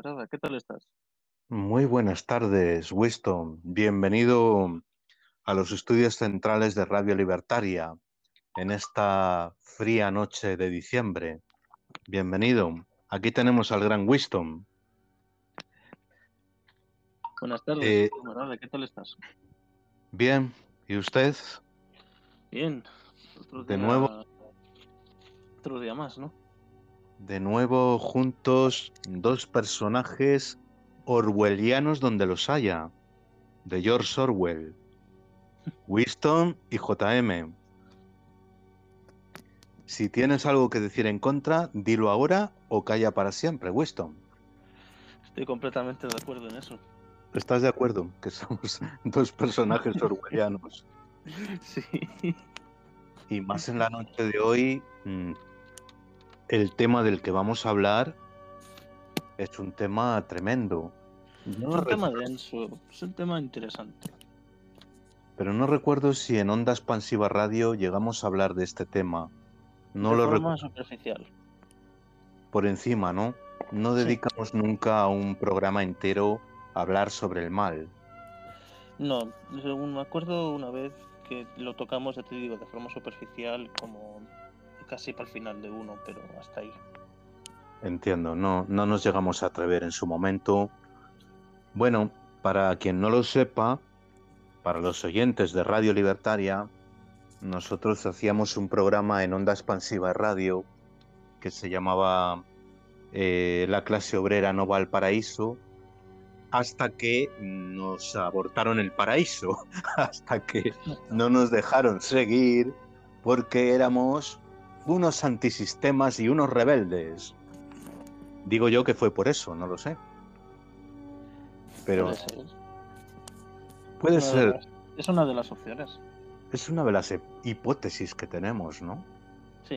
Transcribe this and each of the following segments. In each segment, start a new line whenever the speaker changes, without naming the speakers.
camarada, ¿qué tal estás?
Muy buenas tardes, Winston. Bienvenido a los estudios centrales de Radio Libertaria en esta fría noche de diciembre. Bienvenido. Aquí tenemos al gran Winston.
Buenas tardes,
Eh,
camarada, ¿qué tal estás?
bien, ¿y usted?
Bien, otro
De
día,
nuevo,
otro día más, ¿no?
de nuevo juntos dos personajes orwellianos donde los haya, de George Orwell, Winston y JM. Si tienes algo que decir en contra, dilo ahora o calla para siempre, Winston.
Estoy completamente de acuerdo en eso.
¿Estás de acuerdo que somos dos personajes orwellianos?
Sí,
Y más en la noche de hoy, el tema del que vamos a hablar es un tema tremendo.
es
No
un tema
recuerdo,
denso, es un tema interesante.
pero no recuerdo si en Onda Expansiva Radio llegamos a hablar de este tema. No
De
lo
forma
recuerdo
superficial.
por encima, ¿no? No
Sí,
dedicamos nunca a un programa entero a hablar sobre el mal.
no, según me acuerdo una vez que lo tocamos, ya te digo, de forma superficial, como casi para el final de uno, pero hasta ahí.
Entiendo, no nos llegamos a atrever en su momento. Bueno, para quien no lo sepa, para los oyentes de Radio Libertaria, nosotros hacíamos un programa en Onda Expansiva Radio que se llamaba La clase obrera no va al paraíso, hasta que nos abortaron el paraíso, hasta que no nos dejaron seguir porque éramos unos antisistemas y unos rebeldes. Digo yo que fue por eso, no lo sé, pero
Puede ser. Es
puede
una de
ser,
es una de las opciones.
es una de las hipótesis que tenemos, ¿no?
Sí.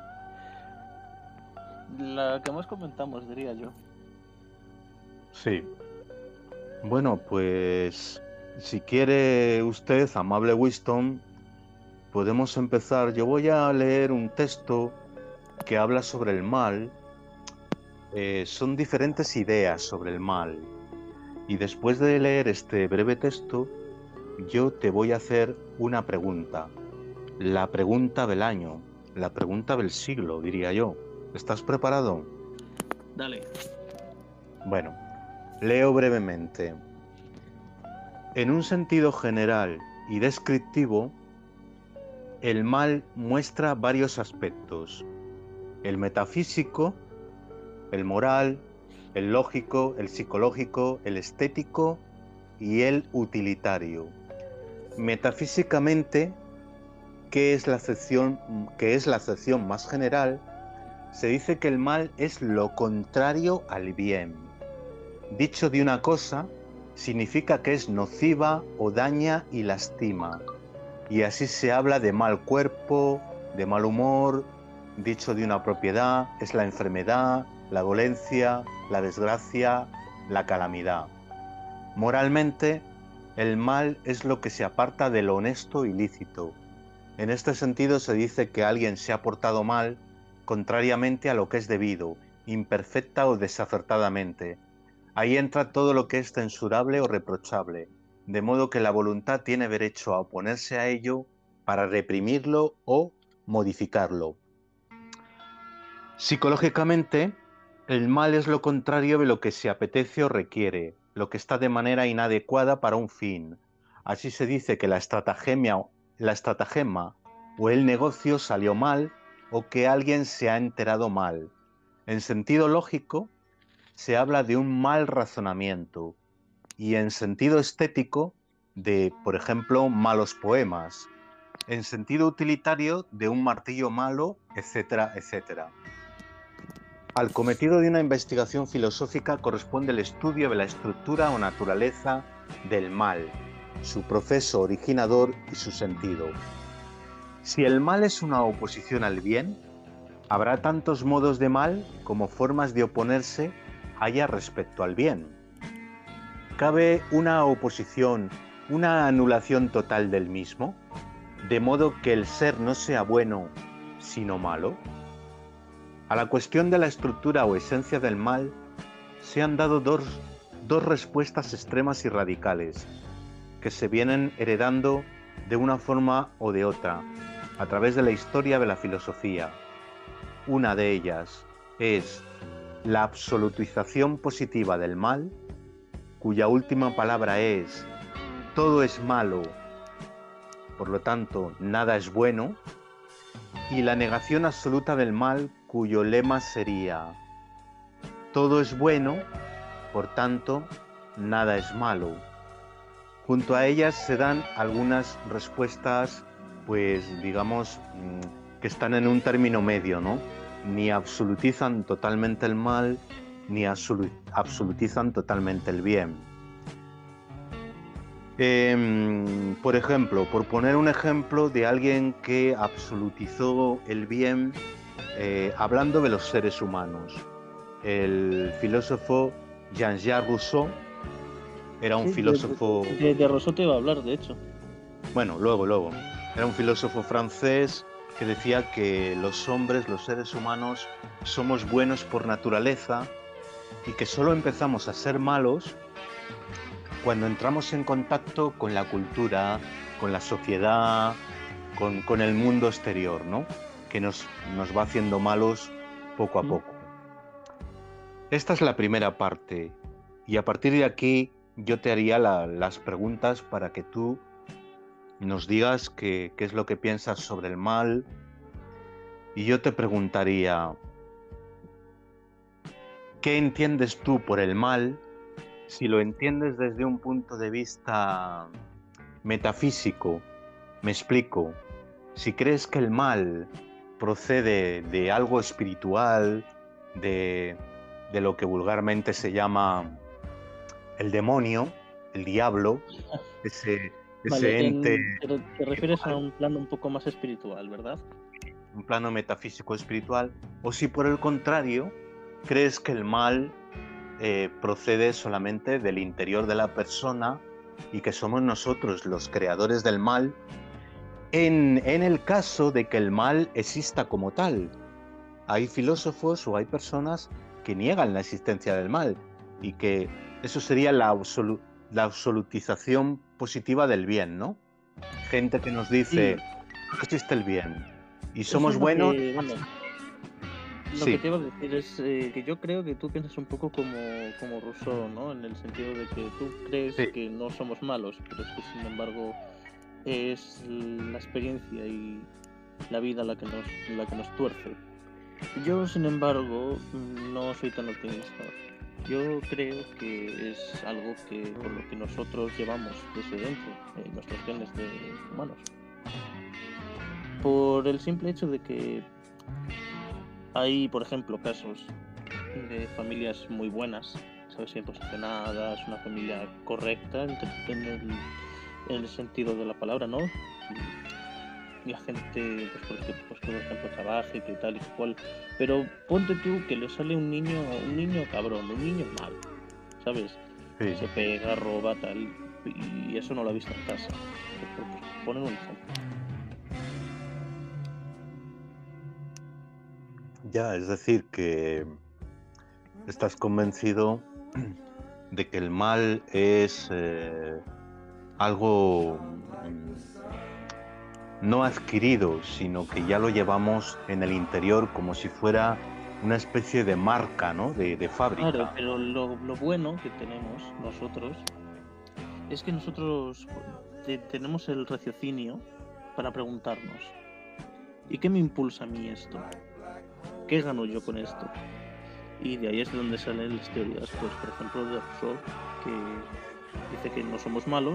La que más comentamos, diría yo.
Sí. Bueno, pues si quiere usted, amable Winston, podemos empezar. Yo voy a leer un texto que habla sobre el mal. Son diferentes ideas sobre el mal. Y después de leer este breve texto, yo te voy a hacer una pregunta. La pregunta del año, la pregunta del siglo, diría yo. ¿Estás preparado?
Dale.
Bueno, leo brevemente. En un sentido general y descriptivo, el mal muestra varios aspectos: el metafísico, el moral, el lógico, el psicológico, el estético y el utilitario. Metafísicamente, que es la acepción más general, se dice que el mal es lo contrario al bien. Dicho de una cosa, significa que es nociva o daña y lastima. Y así se habla de mal cuerpo, de mal humor. Dicho de una propiedad, es la enfermedad, la dolencia, la desgracia, la calamidad. Moralmente, el mal es lo que se aparta de lo honesto y lícito. En este sentido se dice que alguien se ha portado mal contrariamente a lo que es debido, imperfecta o desacertadamente. Ahí entra todo lo que es censurable o reprochable, de modo que la voluntad tiene derecho a oponerse a ello para reprimirlo o modificarlo. Psicológicamente, el mal es lo contrario de lo que se apetece o requiere, lo que está de manera inadecuada para un fin. Así se dice que la estratagema o el negocio salió mal o que alguien se ha enterado mal. En sentido lógico, se habla de un mal razonamiento, y en sentido estético de, por ejemplo, malos poemas, en sentido utilitario de un martillo malo, etcétera, etcétera. Al cometido de una investigación filosófica corresponde el estudio de la estructura o naturaleza del mal, su proceso originador y su sentido. Si el mal es una oposición al bien, habrá tantos modos de mal como formas de oponerse haya respecto al bien. ¿Cabe una oposición, una anulación total del mismo, de modo que el ser no sea bueno, sino malo? A la cuestión de la estructura o esencia del mal se han dado dos respuestas extremas y radicales que se vienen heredando de una forma o de otra a través de la historia de la filosofía. Una de ellas es la absolutización positiva del mal, cuya última palabra es todo es malo, por lo tanto nada es bueno, y la negación absoluta del mal, cuyo lema sería todo es bueno, por tanto nada es malo. Junto a ellas se dan algunas respuestas, pues digamos, que están en un término medio, ¿no? Ni absolutizan totalmente el mal, ni absolutizan totalmente el bien. Por ejemplo, por poner un ejemplo de alguien que absolutizó el bien, hablando de los seres humanos, el filósofo Jean-Jacques Rousseau era un
Sí,
filósofo...
de Rousseau te iba a hablar, de hecho.
Bueno, luego. Era un filósofo francés que decía que los hombres, los seres humanos, somos buenos por naturaleza y que solo empezamos a ser malos cuando entramos en contacto con la cultura, con la sociedad, con el mundo exterior, ¿no? Que nos va haciendo malos poco a poco. Esta es la primera parte y a partir de aquí yo te haría las preguntas para que tú nos digas qué es lo que piensas sobre el mal, y yo te preguntaría, ¿qué entiendes tú por el mal? Si lo entiendes desde un punto de vista metafísico, me explico. Si crees que el mal procede de algo espiritual, de lo que vulgarmente se llama el demonio, el diablo, ese
Vale,
ente
te refieres a un plano un poco más espiritual, ¿verdad?
un plano metafísico espiritual, o si por el contrario crees que el mal procede solamente del interior de la persona y que somos nosotros los creadores del mal en el caso de que el mal exista como tal. Hay filósofos o hay personas que niegan la existencia del mal y que eso sería la absolutización positiva del bien, ¿no? Gente que nos dice,
Sí,
no existe el bien y
eso
somos
es lo
buenos.
que, bueno, lo que
Sí,
te iba a decir es que yo creo que tú piensas un poco como Rousseau, ¿no? En el sentido de que tú crees
sí.
que no somos malos, pero es que sin embargo es la experiencia y la vida la que nos tuerce. Yo, sin embargo, no soy tan optimista. Yo creo que es algo que por lo que nosotros llevamos desde dentro, nuestros genes de humanos. Por el simple hecho de que hay, por ejemplo, casos de familias muy buenas, ¿sabes? Bien posicionadas, una familia correcta en el sentido de la palabra, ¿no? La gente, pues por ejemplo, trabaje, que tal y cual. Pero ponte tú que le sale un niño cabrón, un niño malo, ¿sabes?
Sí.
Se pega, roba, tal, y eso no lo ha visto en casa. Pues poner un ejemplo.
Ya, es decir, que estás convencido de que el mal es algo no adquirido, sino que ya lo llevamos en el interior como si fuera una especie de marca, ¿no? De
Claro,
fábrica.
pero lo bueno que tenemos nosotros es que nosotros tenemos el raciocinio para preguntarnos, ¿y qué me impulsa a mí esto? ¿Qué gano yo con esto? Y de ahí es de donde salen las teorías, pues por ejemplo de Rousseau, que dice que no somos malos,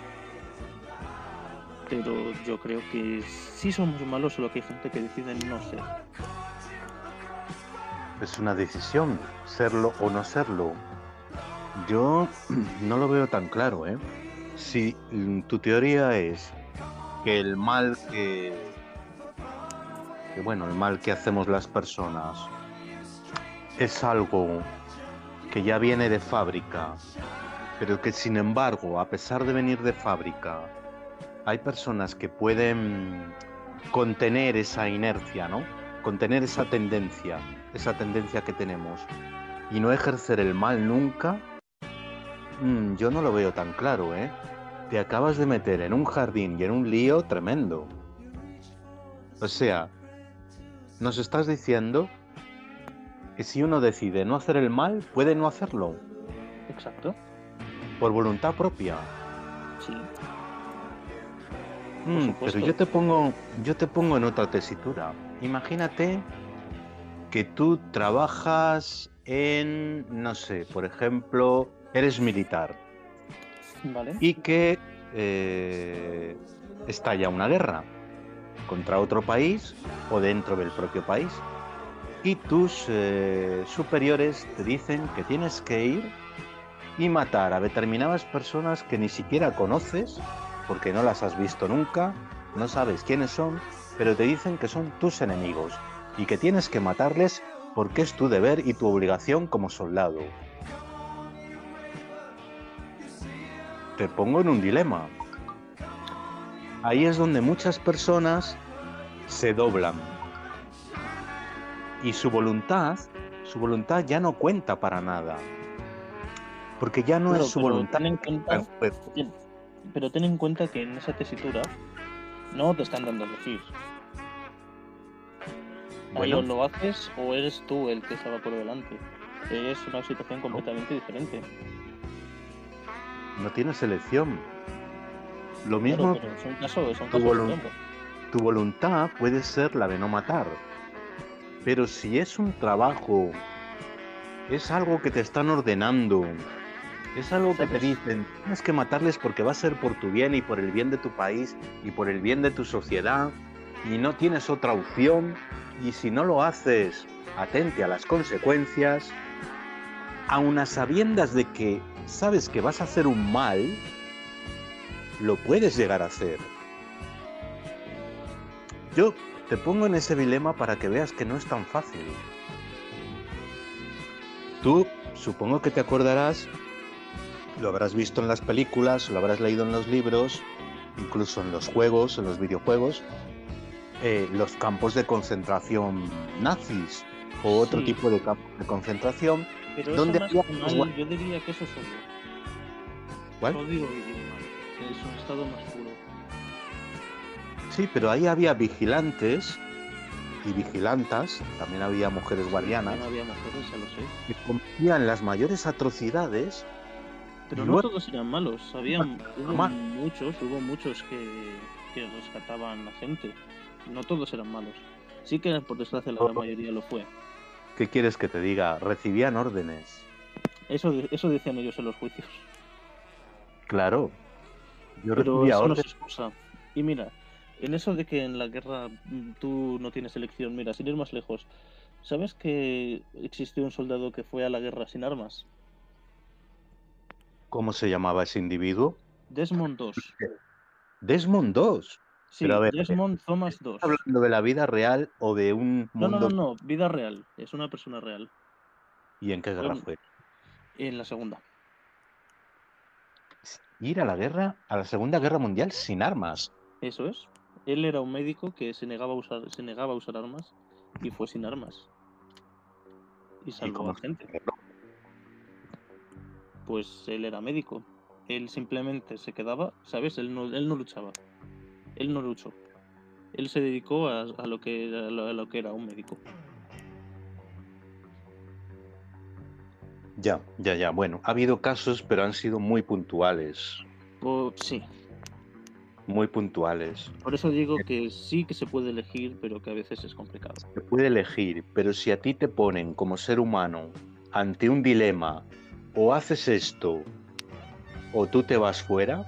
pero yo creo que sí somos malos, solo que hay gente que decide no ser.
Es una decisión, serlo o no serlo. Yo no lo veo tan claro, ¿eh? Si tu teoría es que el mal bueno, el mal que hacemos las personas es algo que ya viene de fábrica, pero que sin embargo, a pesar de venir de fábrica, hay personas que pueden contener esa inercia, ¿no? Contener esa tendencia que tenemos. y no ejercer el mal nunca, yo no lo veo tan claro, ¿eh? Te acabas de meter en un jardín y en un lío tremendo. O sea, nos estás diciendo que si uno decide no hacer el mal, puede no hacerlo,
Exacto.
por voluntad propia.
Sí, por
Pero
supuesto.
yo te pongo en otra tesitura. Imagínate que tú trabajas en, no sé, por ejemplo, eres militar
Vale.
y que estalla una guerra contra otro país o dentro del propio país y tus superiores te dicen que tienes que ir y matar a determinadas personas que ni siquiera conoces porque no las has visto nunca, no sabes quiénes son, pero te dicen que son tus enemigos y que tienes que matarles porque es tu deber y tu obligación como soldado. Te pongo en un dilema. Ahí es donde muchas personas se doblan y su voluntad ya no cuenta para nada, porque ya no es
Claro,
su voluntad
ten en
la que está
cuenta,
en juego.
pero ten en cuenta que en esa tesitura no te están dando a elegir. Ahí o
Bueno,
lo haces o eres tú el que se va por delante. Es una situación
no,
completamente diferente.
no tienes elección. Lo
Claro,
mismo,
pero es un
tu,
caso
volun-
extremo.
tu voluntad puede ser la de no matar, pero si es un trabajo, es algo que te están ordenando, es algo que te
¿Sabes?
dicen, tienes que matarles porque va a ser por tu bien y por el bien de tu país y por el bien de tu sociedad y no tienes otra opción y si no lo haces, atente a las consecuencias, aun a sabiendas de que sabes que vas a hacer un mal, lo puedes llegar a hacer. Yo te pongo en ese dilema para que veas que no es tan fácil. Tú supongo que te acordarás, lo habrás visto en las películas, lo habrás leído en los libros, incluso en los juegos, en los videojuegos, los campos de concentración nazis o otro
Sí,
tipo de campos de concentración
pero eso
donde
más
había
que
los
mal, yo diría que eso es odio.
¿Cuál?
Odio vivir mal. Es un estado más puro.
Sí, pero ahí había vigilantes y vigilantas, también había mujeres
Sí, también
guardianas,
había mujeres, ya lo sé.
que cometían las mayores atrocidades y
Pero no
luego
todos eran malos.
normal.
Hubo muchos que rescataban a gente. No todos eran malos. Sí que por desgracia la gran mayoría lo fue.
¿Qué quieres que te diga? Recibían órdenes.
Eso decían ellos en los juicios.
Claro, yo
Pero
recibía
eso no es
órdenes.
excusa. Y mira, en eso de que en la guerra tú no tienes elección, mira, sin ir más lejos, ¿sabes que existió un soldado que fue a la guerra sin armas?
¿Cómo se llamaba ese individuo?
Desmond II.
Desmond II. Pero a
Sí,
ver,
Desmond Thomas
¿estás
II.
hablando de la vida real o de un
No, no, no,
mundo?
no, vida real. Es una persona real.
¿Y en qué
Fue
guerra fue?
en la segunda.
Ir a la Segunda Guerra Mundial sin armas.
Eso es. Él era un médico que se negaba a usar armas y fue sin armas y
¿Y
salvó
cómo
a
se
gente.
hacerlo?
Pues él era médico. Él simplemente se quedaba, ¿sabes? Él no luchaba. Él no luchó. Él se dedicó a lo que era un médico.
Ya, ya, ya. Bueno, ha habido casos, pero han sido muy puntuales.
Pues sí.
Muy puntuales.
Por eso digo que sí que se puede elegir, pero que a veces es complicado.
Se puede elegir, pero si a ti te ponen como ser humano ante un dilema, o haces esto o tú te vas fuera,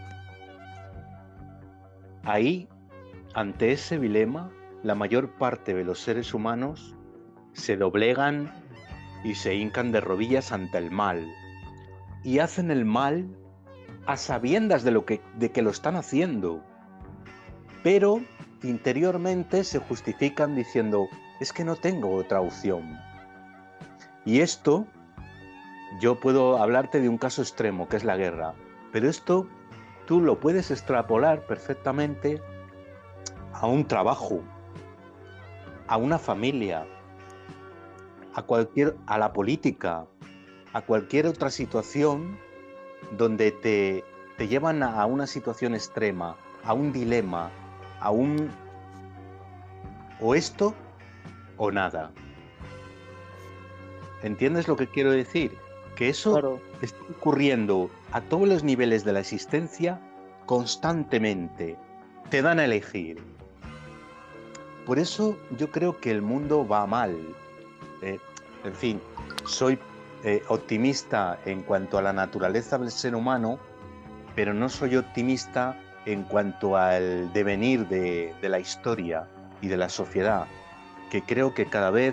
ahí, ante ese dilema, la mayor parte de los seres humanos se doblegan y se hincan de rodillas ante el mal. Y hacen el mal a sabiendas de que lo están haciendo. Pero interiormente se justifican diciendo, es que no tengo otra opción. Y esto, yo puedo hablarte de un caso extremo, que es la guerra, pero esto tú lo puedes extrapolar perfectamente a un trabajo, a una familia, a la política, a cualquier otra situación donde te llevan a una situación extrema, a un dilema, a un o esto o nada. ¿Entiendes lo que quiero decir? Que eso
Claro,
está ocurriendo a todos los niveles de la existencia constantemente. Te dan a elegir. Por eso yo creo que el mundo va mal. Eh, en fin, soy optimista en cuanto a la naturaleza del ser humano, pero no soy optimista en cuanto al devenir de la historia y de la sociedad, que creo que cada vez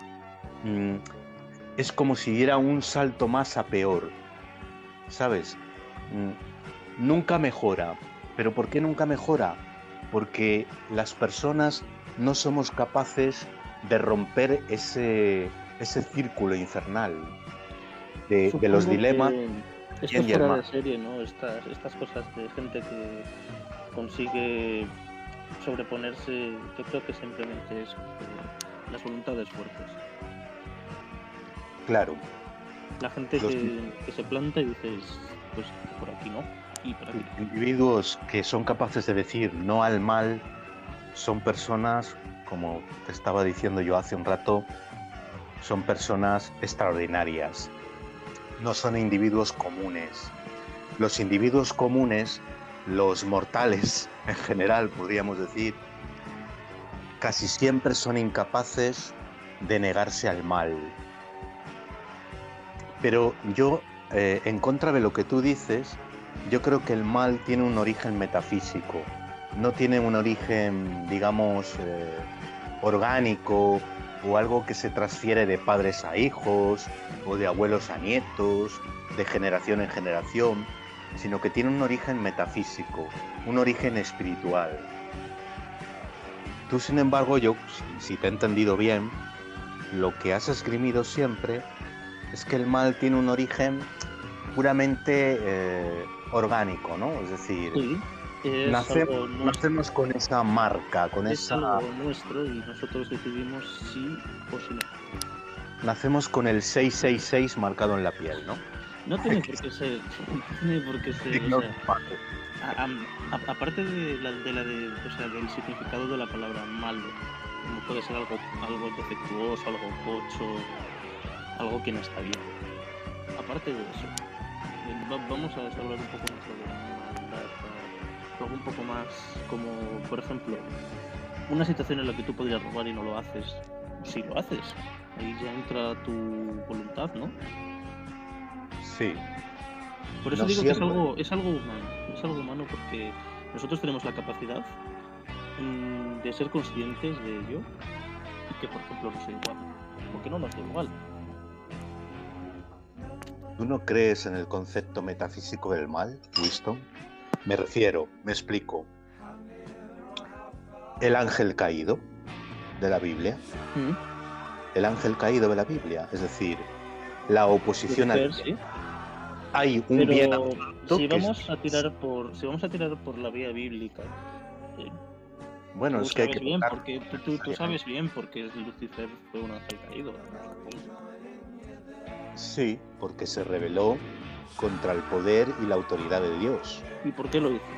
es como si diera un salto más a peor, ¿sabes? Nunca mejora. ¿Pero por qué nunca mejora? Porque las personas no somos capaces de romper ese círculo infernal de los
supongo
dilemas
que esto
bien
es
y el
fuera
mal.
de serie, ¿no? Estas cosas de gente que consigue sobreponerse, yo creo que simplemente es las voluntades fuertes.
Claro,
La gente
los
que se planta y dices, pues por aquí no, y por aquí no.
individuos que son capaces de decir no al mal son personas, como te estaba diciendo yo hace un rato, son personas extraordinarias. No son individuos comunes. Los individuos comunes, los mortales en general, podríamos decir, casi siempre son incapaces de negarse al mal. Pero yo, en contra de lo que tú dices, yo creo que el mal tiene un origen metafísico, no tiene un origen, digamos, orgánico o algo que se transfiere de padres a hijos o de abuelos a nietos, de generación en generación, sino que tiene un origen metafísico, un origen espiritual. Tú, sin embargo, yo, si te he entendido bien, lo que has esgrimido siempre es que el mal tiene un origen puramente orgánico, ¿no? Es decir,
Sí, es algo nuestro,
nacemos con esa marca, con
es
esa...
algo nuestro y nosotros decidimos sí o si no.
Nacemos con el 666 marcado en la piel, ¿no?
No tiene por qué ser, no tiene por qué ser, o
Signo
sea,
de padre.
aparte o sea, del significado de la palabra malo, como puede ser algo defectuoso, algo pocho, algo que no está bien. Aparte de eso, vamos a hablar un poco más sobre la maldad, algo un poco más como, por ejemplo, una situación en la que tú podrías robar y no lo haces, si lo haces, ahí ya entra tu voluntad, ¿no?
Sí,
Por eso
no
digo que
siempre.
es algo humano porque nosotros tenemos la capacidad de ser conscientes de ello y que, por ejemplo, nos da igual, o que no nos da igual.
¿Tú no crees en el concepto metafísico del mal, Winston? Me refiero, me explico. El ángel caído de la Biblia,
Mm.
el ángel caído de la Biblia, es decir, la oposición al
Lucifer,
bien.
sí.
Hay un bien
Pero
absoluto que es...
si vamos a tirar por la vía bíblica, eh,
Bueno,
tú
es que hay
sabes
que
bien
tocar
porque tú sabes bien porque Lucifer fue un ángel caído, supongo.
sí, porque se rebeló contra el poder y la autoridad de Dios.
¿Y por qué lo hizo?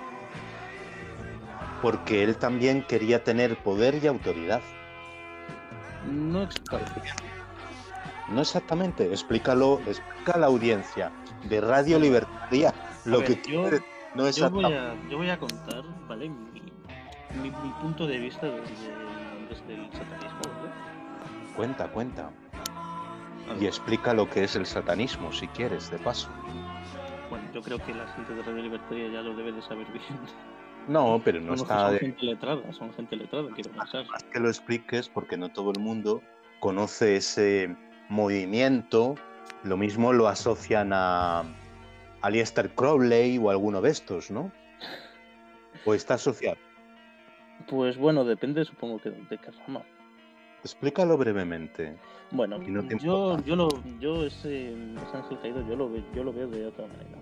Porque él también quería tener poder y autoridad.
No exactamente.
No exactamente, explícalo, explica a la audiencia de Radio
Bueno,
Libertaria
a
lo
ver,
que quiere decir. No exactamente.
yo voy a contar, ¿vale? Mi punto de vista desde el satanismo, ¿vale?
Cuenta, cuenta.
A
Y
ver,
explica lo que es el satanismo, si quieres, de paso.
bueno, yo creo que la gente de Radio Libertaria ya lo debe de saber bien.
No, pero no está
Son
de
gente letrada, quiero pensar.
más que lo expliques porque no todo el mundo conoce ese movimiento. Lo mismo lo asocian a Aleister Crowley o alguno de estos, ¿no? O está asociado.
Pues bueno, depende, supongo que de qué rama.
Explícalo brevemente.
Bueno,
Y no te importa.
ese ángel caído, yo lo veo de otra manera.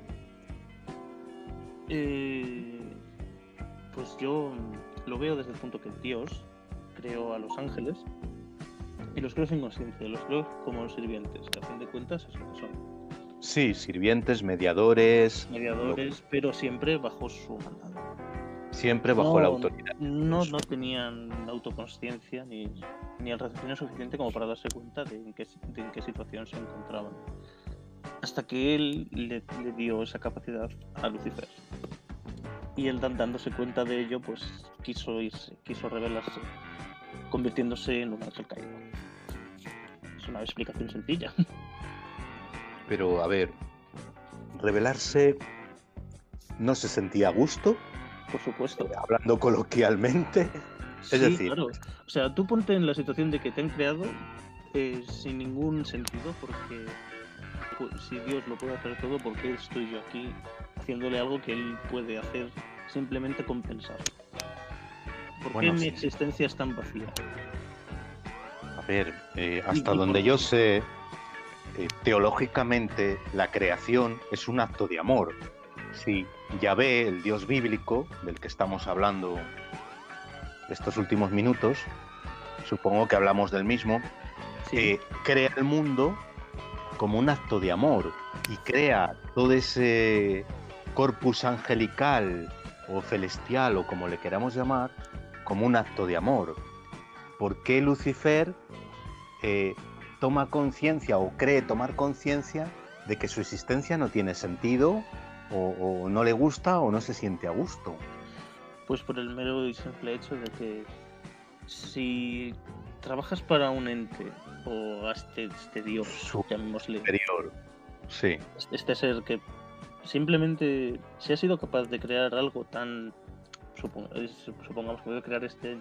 Pues yo lo veo desde el punto que Dios creó a los ángeles Y los creo sin conciencia, los creo como sirvientes, que a fin de cuentas es lo que son.
Sí, sirvientes, mediadores,
Mediadores, pero siempre bajo su mandado.
siempre bajo la autoridad de Dios.
No tenían autoconsciencia ni el raciocinio suficiente como para darse cuenta de en qué situación se encontraban. Hasta que él le dio esa capacidad a Lucifer. Y él, dándose cuenta de ello, pues quiso irse, quiso rebelarse, convirtiéndose en un ángel caído. Es una explicación sencilla.
Pero, a ver, rebelarse no se sentía a gusto,
Por supuesto.
hablando coloquialmente.
Sí,
Es decir,
claro. O sea, tú ponte en la situación de que te han creado sin ningún sentido, porque pues, si Dios lo puede hacer todo, ¿por qué estoy yo aquí haciéndole algo que él puede hacer simplemente compensar? ¿Por
Bueno,
qué mi
sí.
existencia es tan vacía?
a ver, hasta
y
donde
por-
yo sé, teológicamente la creación es un acto de amor. Sí, Yahvé, el Dios bíblico, del que estamos hablando estos últimos minutos, supongo que hablamos del mismo,
Sí,
crea el mundo como un acto de amor y crea todo ese corpus angelical o celestial o como le queramos llamar, como un acto de amor. ¿Por qué Lucifer toma conciencia o cree tomar conciencia de que su existencia no tiene sentido o no le gusta o no se siente a gusto?
pues por el mero y simple hecho de que si trabajas para un ente o a este Dios, llamémosle,
Superior. Sí,
este ser que simplemente si ha sido capaz de crear algo tan supongamos que puede crear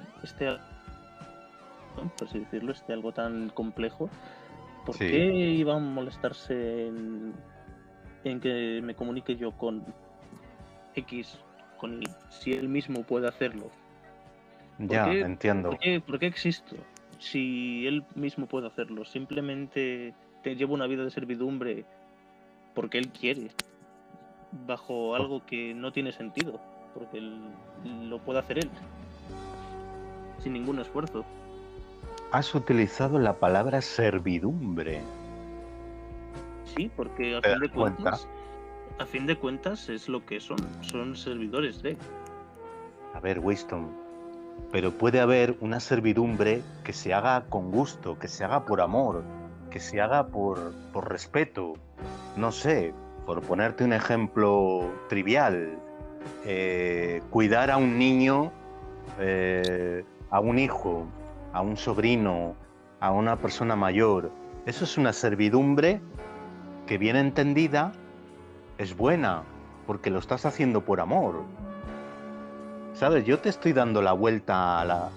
¿no? Por así decirlo, algo tan complejo, ¿por
sí.
qué iba a molestarse en que me comunique yo con X, con Y, si él mismo puede hacerlo? ¿Por
Ya,
qué,
entiendo.
por qué existo? Si él mismo puede hacerlo, simplemente te llevo una vida de servidumbre porque él quiere, bajo algo que no tiene sentido, porque lo puede hacer él, sin ningún esfuerzo.
Has utilizado la palabra servidumbre.
Sí, porque
¿Te das cuenta?
a fin de cuentas es lo que son servidores de.
A ver, Winston, pero puede haber una servidumbre que se haga con gusto, que se haga por amor, que se haga por respeto. No sé, por ponerte un ejemplo trivial, cuidar a un niño, a un hijo, a un sobrino, a una persona mayor. Eso es una servidumbre que bien entendida es buena, porque lo estás haciendo por amor. ¿Sabes? Yo te estoy dando la vuelta a la...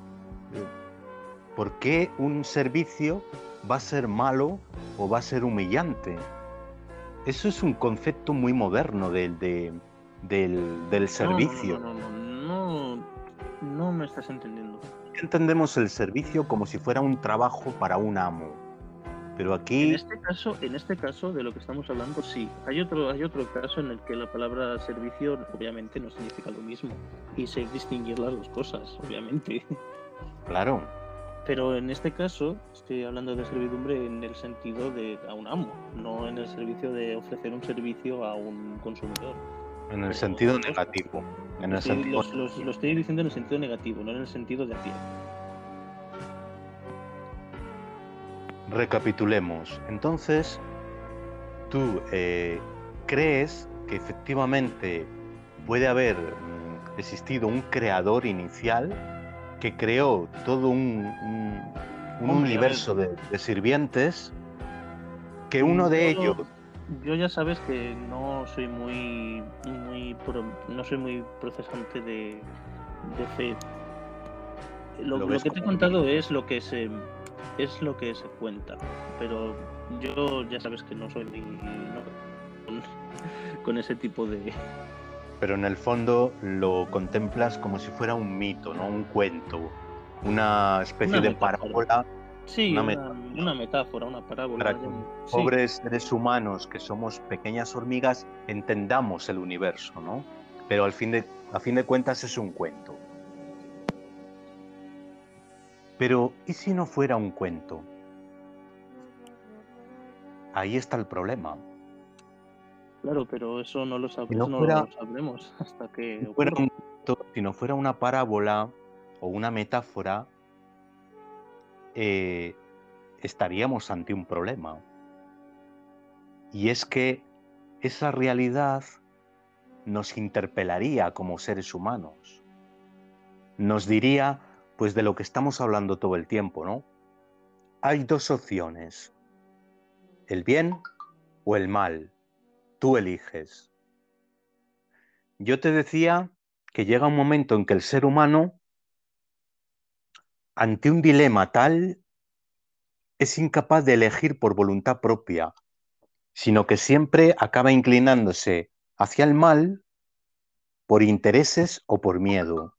¿Por qué un servicio va a ser malo o va a ser humillante? Eso es un concepto muy moderno del servicio.
No me estás entendiendo.
Entendemos el servicio como si fuera un trabajo para un amo. Pero aquí,
En este caso de lo que estamos hablando, sí. Hay otro caso en el que la palabra servicio obviamente no significa lo mismo. Y sé distinguir las dos cosas, obviamente.
claro,
Pero en este caso estoy hablando de servidumbre en el sentido de a un amo, no en el servicio de ofrecer un servicio a un consumidor.
en el
O
sentido
dos cosas.
negativo. En el sentido...
Lo estoy diciendo en el sentido negativo, no en el sentido de a pie.
Recapitulemos. Entonces, tú crees que efectivamente puede haber existido un creador inicial que creó todo un
Hombre, a ver,
universo de sirvientes, que uno de ellos...
yo ya sabes que no soy no soy muy procesante de fe.
Lo
Lo
ves
que te he
como un mito.
contado es lo que se cuenta, pero yo ya sabes que no soy con ese tipo de...
Pero en el fondo lo contemplas como si fuera un mito, ¿no? Un cuento, una especie
Una
de
metáfora.
parábola,
Sí,
una metáfora
una metáfora, una parábola.
para que
Sí,
pobres seres humanos que somos pequeñas hormigas entendamos el universo, ¿no? Pero a fin de cuentas es un cuento. Pero, ¿y si no fuera un cuento? Ahí está el problema.
Claro, pero eso no lo,
Si no
eso no
fuera,
lo sabremos hasta que
si fuera
ocurra.
un cuento, si no fuera una parábola o una metáfora, eh, estaríamos ante un problema. Y es que esa realidad nos interpelaría como seres humanos. Nos diría, pues, de lo que estamos hablando todo el tiempo, ¿no? Hay dos opciones, el bien o el mal. Tú eliges. Yo te decía que llega un momento en que el ser humano, ante un dilema tal, es incapaz de elegir por voluntad propia, sino que siempre acaba inclinándose hacia el mal por intereses o por miedo.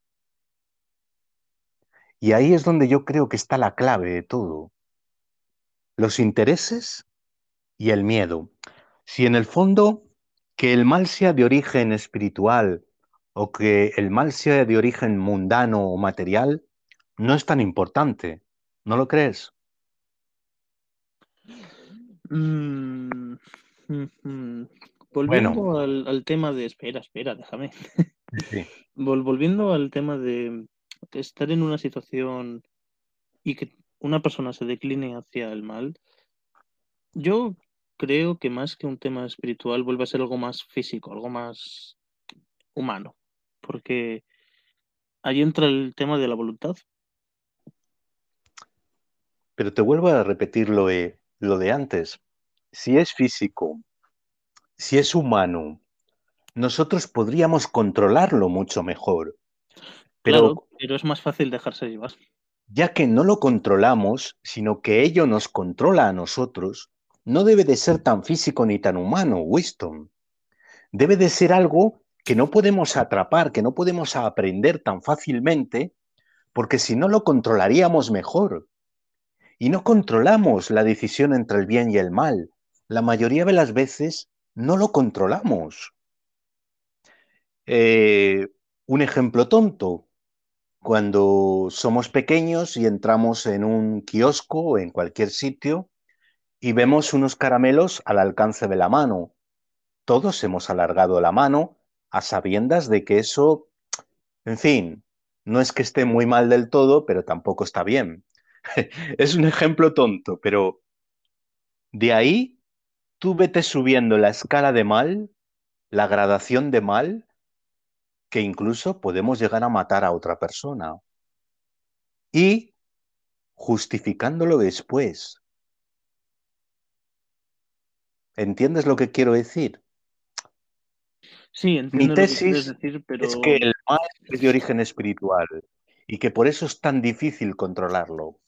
Y ahí es donde yo creo que está la clave de todo. Los intereses y el miedo. Si en el fondo que el mal sea de origen espiritual o que el mal sea de origen mundano o material, no es tan importante. ¿No lo crees?
Mm, ujú.
Bueno,
Volviendo al tema de... Espera, déjame.
sí.
Volviendo al tema de estar en una situación y que una persona se decline hacia el mal, yo creo que más que un tema espiritual vuelve a ser algo más físico, algo más humano, porque ahí entra el tema de la voluntad.
Pero te vuelvo a repetir lo de antes. Si es físico, si es humano, nosotros podríamos controlarlo mucho mejor.
Claro,
Pero
pero es más fácil dejarse llevar.
ya que no lo controlamos, sino que ello nos controla a nosotros, no debe de ser tan físico ni tan humano, Winston. Debe de ser algo que no podemos atrapar, que no podemos aprender tan fácilmente, porque si no lo controlaríamos mejor. Y no controlamos la decisión entre el bien y el mal. La mayoría de las veces no lo controlamos. Eh, un ejemplo tonto, cuando somos pequeños y entramos en un kiosco o en cualquier sitio y vemos unos caramelos al alcance de la mano. Todos hemos alargado la mano a sabiendas de que eso, en fin, no es que esté muy mal del todo, pero tampoco está bien. Es un ejemplo tonto, pero de ahí tú vete subiendo la escala de mal, la gradación de mal, que incluso podemos llegar a matar a otra persona. Y justificándolo después. ¿Entiendes lo que quiero decir?
Sí,
Mi
entiendo lo que quieres
tesis
decir,
es que
pero
el mal es de origen espiritual y que por eso es tan difícil controlarlo.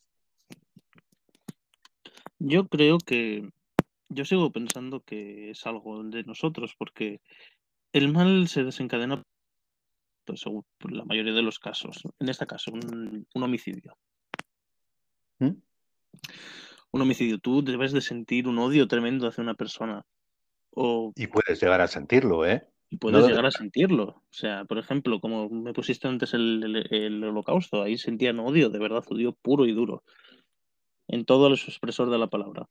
yo creo que yo sigo pensando que es algo de nosotros, porque el mal se desencadena, pues, según la mayoría de los casos. En este caso, un homicidio.
¿Mm?
Un homicidio, tú debes de sentir un odio tremendo hacia una persona, o
Y puedes llegar a sentirlo, ¿eh?
y
No
puedes
lo
llegar a
descarto.
sentirlo. O sea, por ejemplo, como me pusiste antes el holocausto, ahí sentían odio, de verdad, odio puro y duro, en todo el expresor de la palabra.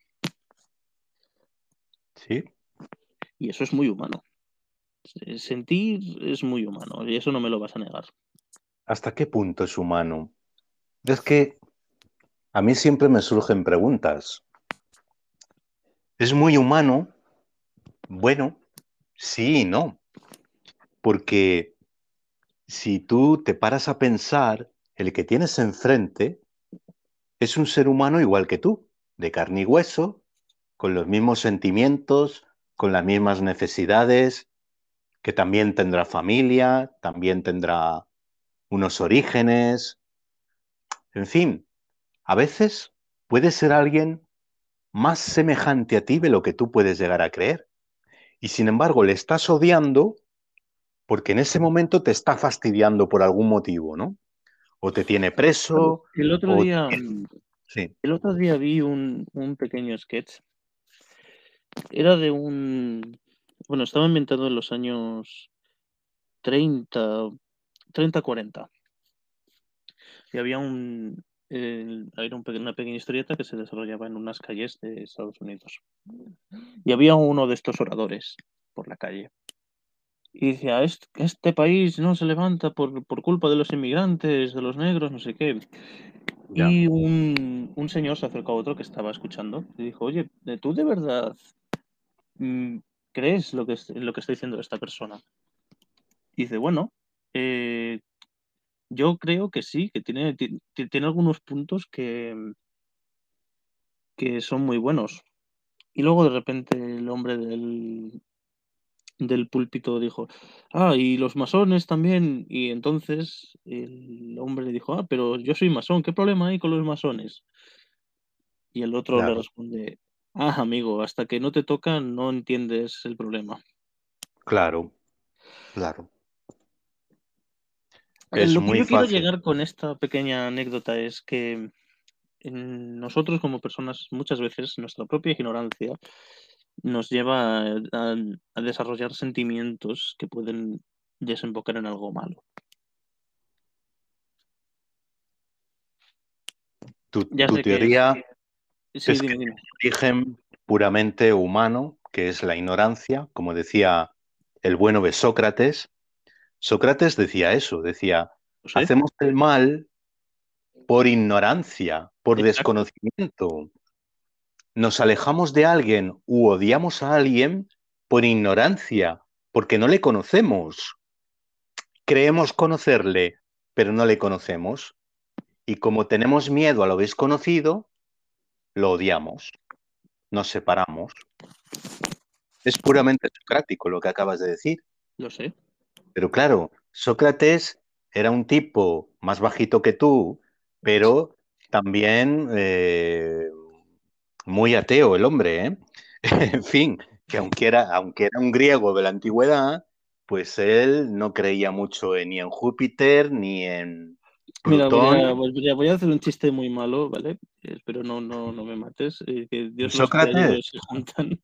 Sí.
Y eso es muy humano. Sentir es muy humano, y eso no me lo vas a negar.
¿Hasta qué punto es humano? Es que a mí siempre me surgen preguntas. ¿Es muy humano? Bueno, sí y no. Porque si tú te paras a pensar, el que tienes enfrente es un ser humano igual que tú, de carne y hueso, con los mismos sentimientos, con las mismas necesidades, que también tendrá familia, también tendrá unos orígenes, en fin, a veces puede ser alguien más semejante a ti de lo que tú puedes llegar a creer. Y sin embargo, le estás odiando porque en ese momento te está fastidiando por algún motivo, ¿no? O te tiene
Claro.
preso, o... Sí.
El otro día vi un pequeño sketch. Era de un, bueno, estaba inventado en los años 30, 30, 40. Y había era una pequeña historieta que se desarrollaba en unas calles de Estados Unidos. Y había uno de estos oradores por la calle. Y decía, este país no se levanta por culpa de los inmigrantes, de los negros, no sé qué.
Ya,
Y un señor se acercó a otro que estaba escuchando y dijo, oye, ¿tú de verdad mm, crees lo que está diciendo esta persona? Y dice, bueno, eh, yo creo que sí, que tiene algunos puntos que son muy buenos. Y luego de repente el hombre del púlpito dijo, y los masones también. Y entonces el hombre le dijo, pero yo soy masón, ¿qué problema hay con los masones? Y el otro le
claro,
responde, amigo, hasta que no te tocan no entiendes el problema.
claro, claro. Es
Lo que
muy
yo quiero
fácil.
llegar con esta pequeña anécdota es que nosotros como personas muchas veces nuestra propia ignorancia nos lleva a desarrollar sentimientos que pueden desembocar en algo malo. Ya
Tu
sé que es...
teoría
Sí,
es que
dime, dime.
tiene origen puramente humano, que es la ignorancia, como decía el bueno de Sócrates. Sócrates decía eso, decía,
Lo sé,
hacemos el mal por ignorancia, por
exacto.
desconocimiento. Nos alejamos de alguien u odiamos a alguien por ignorancia, porque no le conocemos. Creemos conocerle, pero no le conocemos. Y como tenemos miedo a lo desconocido, lo odiamos, nos separamos. Es puramente socrático lo que acabas de decir.
Lo sé.
Pero claro, Sócrates era un tipo más bajito que tú, pero también muy ateo el hombre, ¿eh? En fin, que aunque era un griego de la antigüedad, pues él no creía mucho ni en Júpiter ni en
Mira,
Plutón.
voy a hacer un chiste muy malo, ¿vale? Espero no me mates. Que Dios los crea y
Sócrates,
ellos se juntan.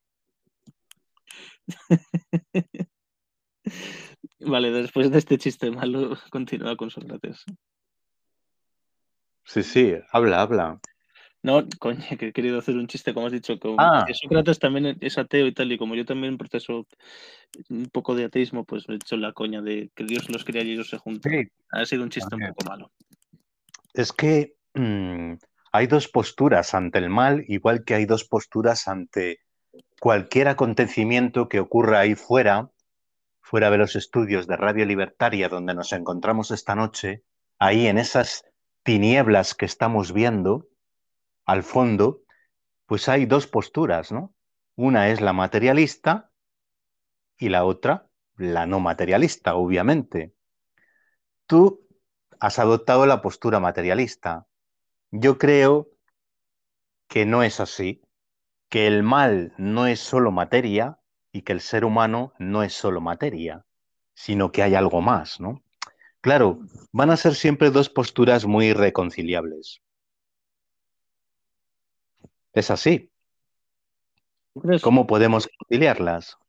Vale, después de este chiste malo, continúa con Sócrates.
sí, sí, habla, habla.
No, coño, que he querido hacer un chiste, como has dicho, que
Ah,
Sócrates también es ateo y tal, y como yo también proceso un poco de ateísmo, pues me he hecho la coña de que Dios los crea y ellos se juntan.
sí.
Ha sido un
A
chiste un
ver,
poco malo.
es que hay dos posturas ante el mal, igual que hay dos posturas ante cualquier acontecimiento que ocurra ahí fuera, fuera de los estudios de Radio Libertaria donde nos encontramos esta noche, ahí en esas tinieblas que estamos viendo al fondo, pues hay dos posturas, ¿no? Una es la materialista y la otra la no materialista, obviamente. Tú has adoptado la postura materialista. Yo creo que no es así, que el mal no es solo materia y que el ser humano no es solo materia, sino que hay algo más, ¿no? Claro, van a ser siempre dos posturas muy irreconciliables. Es así.
¿Tú crees?
¿Cómo podemos conciliarlas?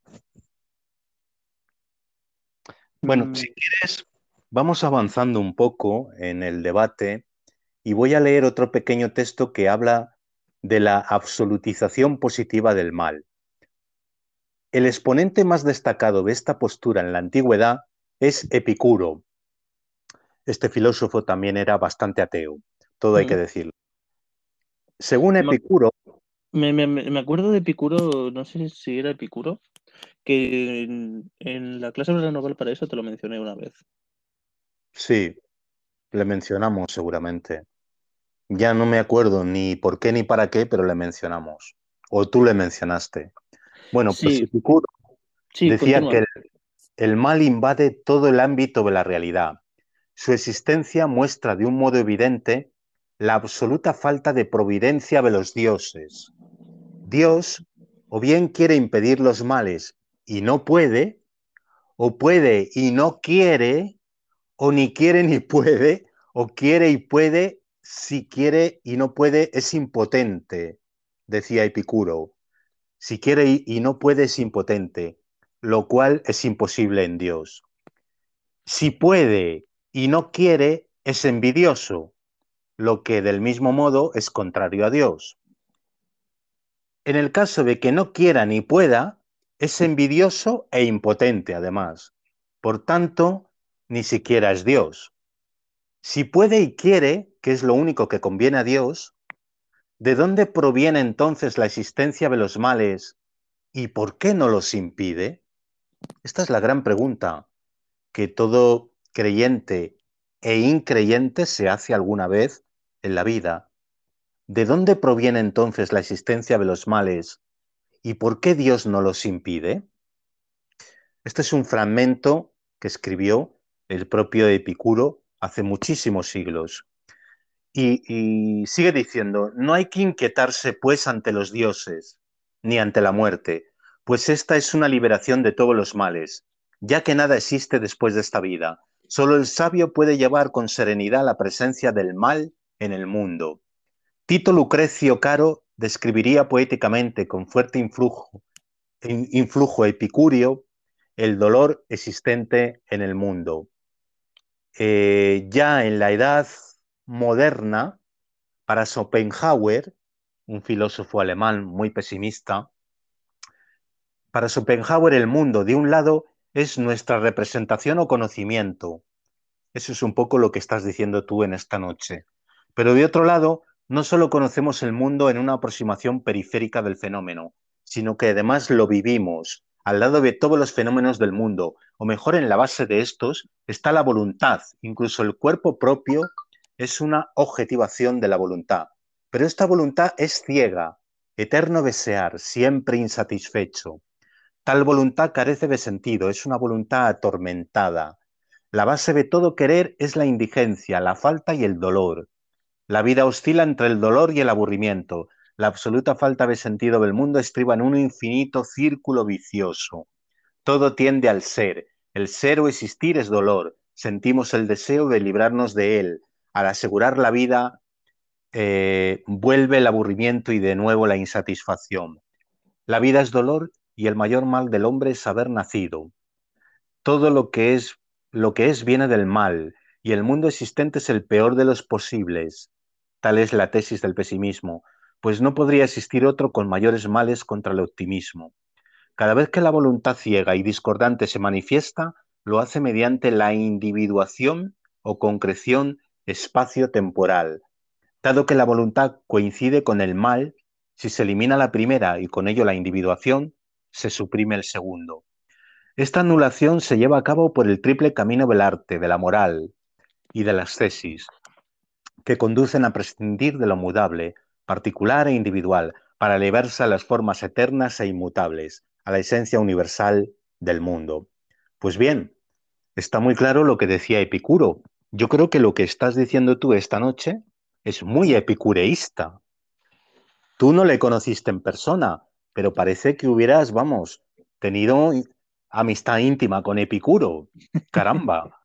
Bueno,
Mm,
si quieres, vamos avanzando un poco en el debate y voy a leer otro pequeño texto que habla de la absolutización positiva del mal. El exponente más destacado de esta postura en la antigüedad es Epicuro. Este filósofo también era bastante ateo, todo hay que
mm.
decirlo. Según
Me,
Epicuro,
me acuerdo de Epicuro, no sé si era Epicuro, que en la clase de la Nobel para eso te lo mencioné una vez.
sí, le mencionamos seguramente. Ya no me acuerdo ni por qué ni para qué, pero le mencionamos. O tú le mencionaste. Bueno, pues
Sí,
Epicuro
sí,
decía
continúa.
que el mal invade todo el ámbito de la realidad. Su existencia muestra de un modo evidente la absoluta falta de providencia de los dioses. Dios o bien quiere impedir los males y no puede, o puede y no quiere, o ni quiere ni puede, o quiere y puede, si quiere y no puede, es impotente, decía Epicuro. Si quiere y no puede, es impotente, lo cual es imposible en Dios. Si puede y no quiere, es envidioso, lo que del mismo modo es contrario a Dios. En el caso de que no quiera ni pueda, es envidioso e impotente además. Por tanto, ni siquiera es Dios. Si puede y quiere, que es lo único que conviene a Dios, ¿de dónde proviene entonces la existencia de los males y por qué no los impide? Esta es la gran pregunta que todo creyente e increyente se hace alguna vez en la vida. ¿De dónde proviene entonces la existencia de los males y por qué Dios no los impide? Este es un fragmento que escribió el propio Epicuro hace muchísimos siglos. Y sigue diciendo, no hay que inquietarse pues ante los dioses, ni ante la muerte, pues esta es una liberación de todos los males, ya que nada existe después de esta vida. Solo el sabio puede llevar con serenidad la presencia del mal en el mundo. Tito Lucrecio Caro describiría poéticamente con fuerte influjo epicúreo el dolor existente en el mundo. Ya en la edad moderna, para Schopenhauer, un filósofo alemán muy pesimista, para Schopenhauer el mundo, de un lado, es nuestra representación o conocimiento. Eso es un poco lo que estás diciendo tú en esta noche. Pero de otro lado, no solo conocemos el mundo en una aproximación periférica del fenómeno, sino que además lo vivimos al lado de todos los fenómenos del mundo, o mejor, en la base de estos está la voluntad. Incluso el cuerpo propio es una objetivación de la voluntad. Pero esta voluntad es ciega, eterno desear, siempre insatisfecho. Tal voluntad carece de sentido, es una voluntad atormentada. La base de todo querer es la indigencia, la falta y el dolor. La vida oscila entre el dolor y el aburrimiento. La absoluta falta de sentido del mundo estriba en un infinito círculo vicioso. Todo tiende al ser. El ser o existir es dolor. Sentimos el deseo de librarnos de él. Al asegurar la vida, vuelve el aburrimiento y de nuevo la insatisfacción. La vida es dolor y el mayor mal del hombre es haber nacido. Todo lo que es viene del mal, y el mundo existente es el peor de los posibles. Tal es la tesis del pesimismo, pues no podría existir otro con mayores males contra el optimismo. Cada vez que la voluntad ciega y discordante se manifiesta, lo hace mediante la individuación o concreción espacio-temporal. Dado que la voluntad coincide con el mal, si se elimina la primera y con ello la individuación, se suprime el segundo. Esta anulación se lleva a cabo por el triple camino del arte, de la moral y de las tesis, que conducen a prescindir de lo mudable, particular e individual, para elevarse a las formas eternas e inmutables, a la esencia universal del mundo. Pues bien, está muy claro lo que decía Epicuro. Yo creo que lo que estás diciendo tú esta noche es muy epicureísta. Tú no le conociste en persona, pero parece que hubieras, vamos, tenido amistad íntima con Epicuro. Caramba.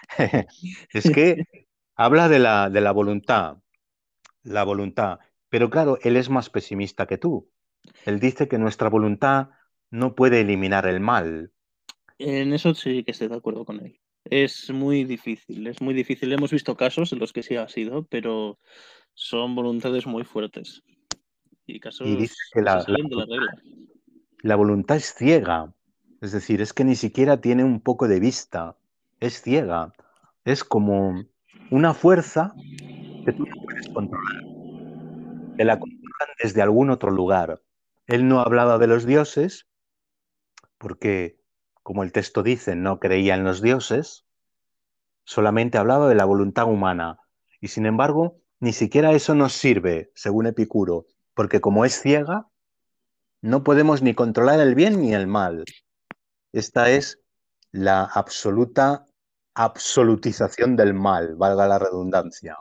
Es que habla de la voluntad, la voluntad. Pero claro, él es más pesimista que tú. Él dice que nuestra voluntad no puede eliminar el mal.
En eso sí que estoy de acuerdo con él. Es muy difícil, es muy difícil. Hemos visto casos en los que sí ha sido, pero son voluntades muy fuertes y
Y dice
casos
que
que se salen de la regla.
la voluntad es ciega. Es decir, es que ni siquiera tiene un poco de vista. Es ciega. Es como una fuerza que tú no puedes controlar. Te la controlan desde algún otro lugar. Él no hablaba de los dioses porque, como el texto dice, no creía en los dioses, solamente hablaba de la voluntad humana. Y sin embargo, ni siquiera eso nos sirve, según Epicuro, porque como es ciega, no podemos ni controlar el bien ni el mal. Esta es la absoluta absolutización del mal, valga la redundancia.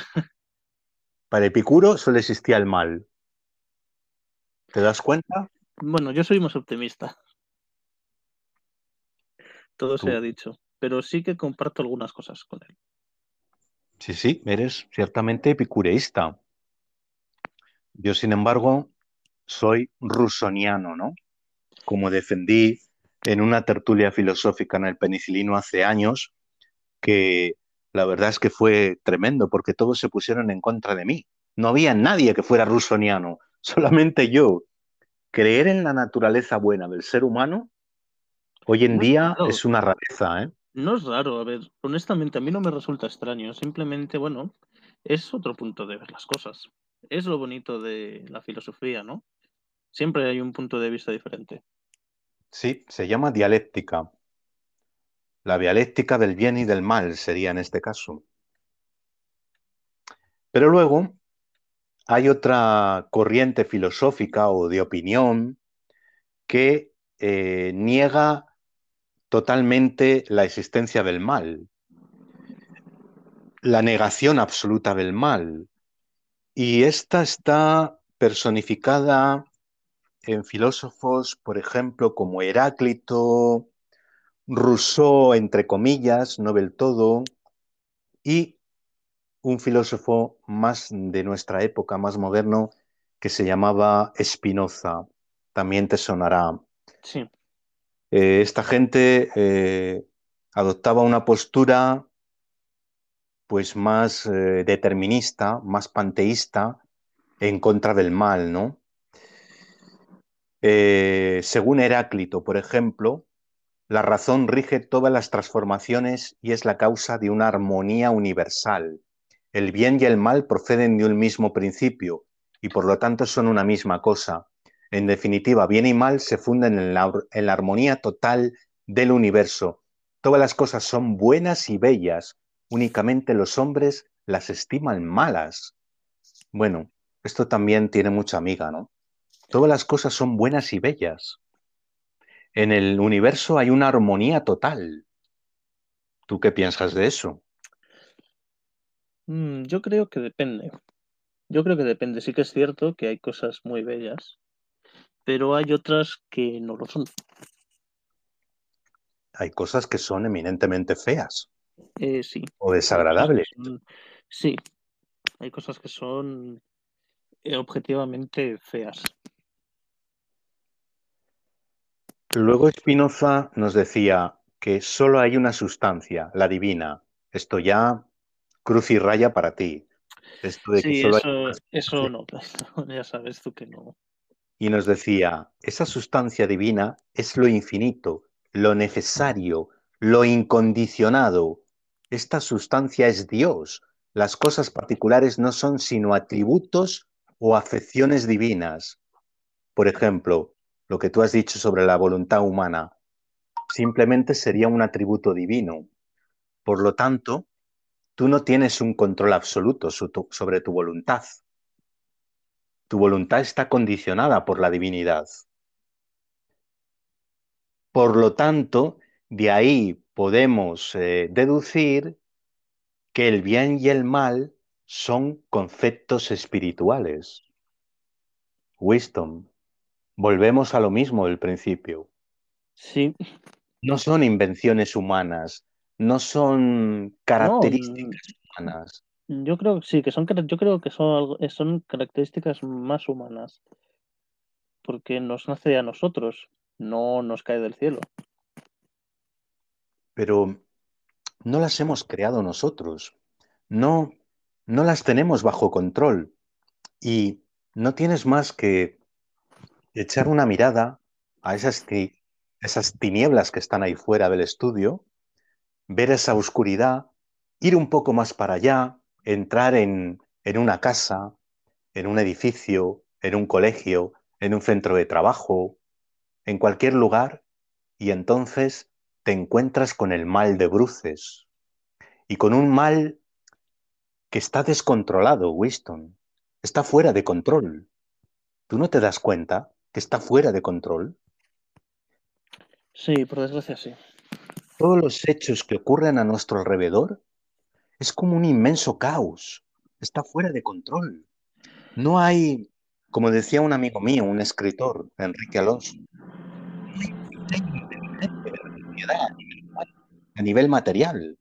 Para Epicuro solo existía el mal. ¿Te das cuenta?
Bueno, yo soy más optimista, todo se
Tú.
ha dicho, pero sí que comparto algunas cosas con él.
Sí, sí, eres ciertamente epicureísta. Yo, sin embargo, soy rusoniano, ¿no? Como defendí en una tertulia filosófica en el Penicilino hace años, que La verdad es que fue tremendo porque todos se pusieron en contra de mí. No había nadie que fuera rusoniano, solamente yo. Creer en la naturaleza buena del ser humano hoy en
No es
día
raro,
es una rareza, ¿eh?
no es raro. A ver, honestamente, a mí no me resulta extraño. Simplemente, bueno, es otro punto de ver las cosas. Es lo bonito de la filosofía, ¿no? Siempre hay un punto de vista diferente.
Sí, se llama dialéctica. La dialéctica del bien y del mal sería en este caso. Pero luego hay otra corriente filosófica o de opinión que niega totalmente la existencia del mal, la negación absoluta del mal. Y esta está personificada en filósofos, por ejemplo, como Heráclito, Rousseau, entre comillas, no del todo, y un filósofo más de nuestra época, más moderno, que se llamaba Spinoza. También te sonará.
Sí,
Esta gente adoptaba una postura pues más determinista, más panteísta, en contra del mal, ¿no? Según Heráclito, por ejemplo, la razón rige todas las transformaciones y es la causa de una armonía universal. El bien y el mal proceden de un mismo principio y por lo tanto son una misma cosa. En definitiva, bien y mal se funden en la armonía total del universo. Todas las cosas son buenas y bellas, únicamente los hombres las estiman malas. Bueno, esto también tiene mucha amiga, ¿no? Todas las cosas son buenas y bellas. En el universo hay una armonía total. ¿Tú qué piensas de eso?
yo creo que depende. Yo creo que depende. Sí que es cierto que hay cosas muy bellas, pero hay otras que no lo son.
Hay cosas que son eminentemente feas
Sí,
o
hay cosas que
desagradables.
son, sí, hay cosas que son objetivamente feas.
Luego Spinoza nos decía que solo hay una sustancia, la divina. Esto ya cruz y raya para ti. Esto de que
Sí,
solo hay una
eso
sustancia.
no, ya sabes tú que no.
Y nos decía, esa sustancia divina es lo infinito, lo necesario, lo incondicionado. Esta sustancia es Dios. Las cosas particulares no son sino atributos o afecciones divinas. Por ejemplo, lo que tú has dicho sobre la voluntad humana simplemente sería un atributo divino. Por lo tanto, tú no tienes un control absoluto sobre tu voluntad. Tu voluntad está condicionada por la divinidad. Por lo tanto, de ahí podemos deducir que el bien y el mal son conceptos espirituales. Wisdom. Volvemos a lo mismo del principio.
Sí,
No son invenciones humanas, no son
no,
características humanas,
yo creo que sí, que son, yo creo que son, son características más humanas, porque nos nace a nosotros, no nos cae del cielo.
pero no las hemos creado nosotros. No, no las tenemos bajo control. Y no tienes más que echar una mirada a esas tinieblas que están ahí fuera del estudio, ver esa oscuridad, ir un poco más para allá, entrar en una casa, en un edificio, en un colegio, en un centro de trabajo, en cualquier lugar, y entonces te encuentras con el mal de bruces y con un mal que está descontrolado, Winston. Está fuera de control. ¿Tú no te das cuenta que está fuera de control?
Sí, por desgracia sí.
Todos los hechos que ocurren a nuestro alrededor es como un inmenso caos. Está fuera de control. No hay, como decía un amigo mío, un escritor, Enrique Alonso, no hay un diseño inteligente de la sociedad a nivel material.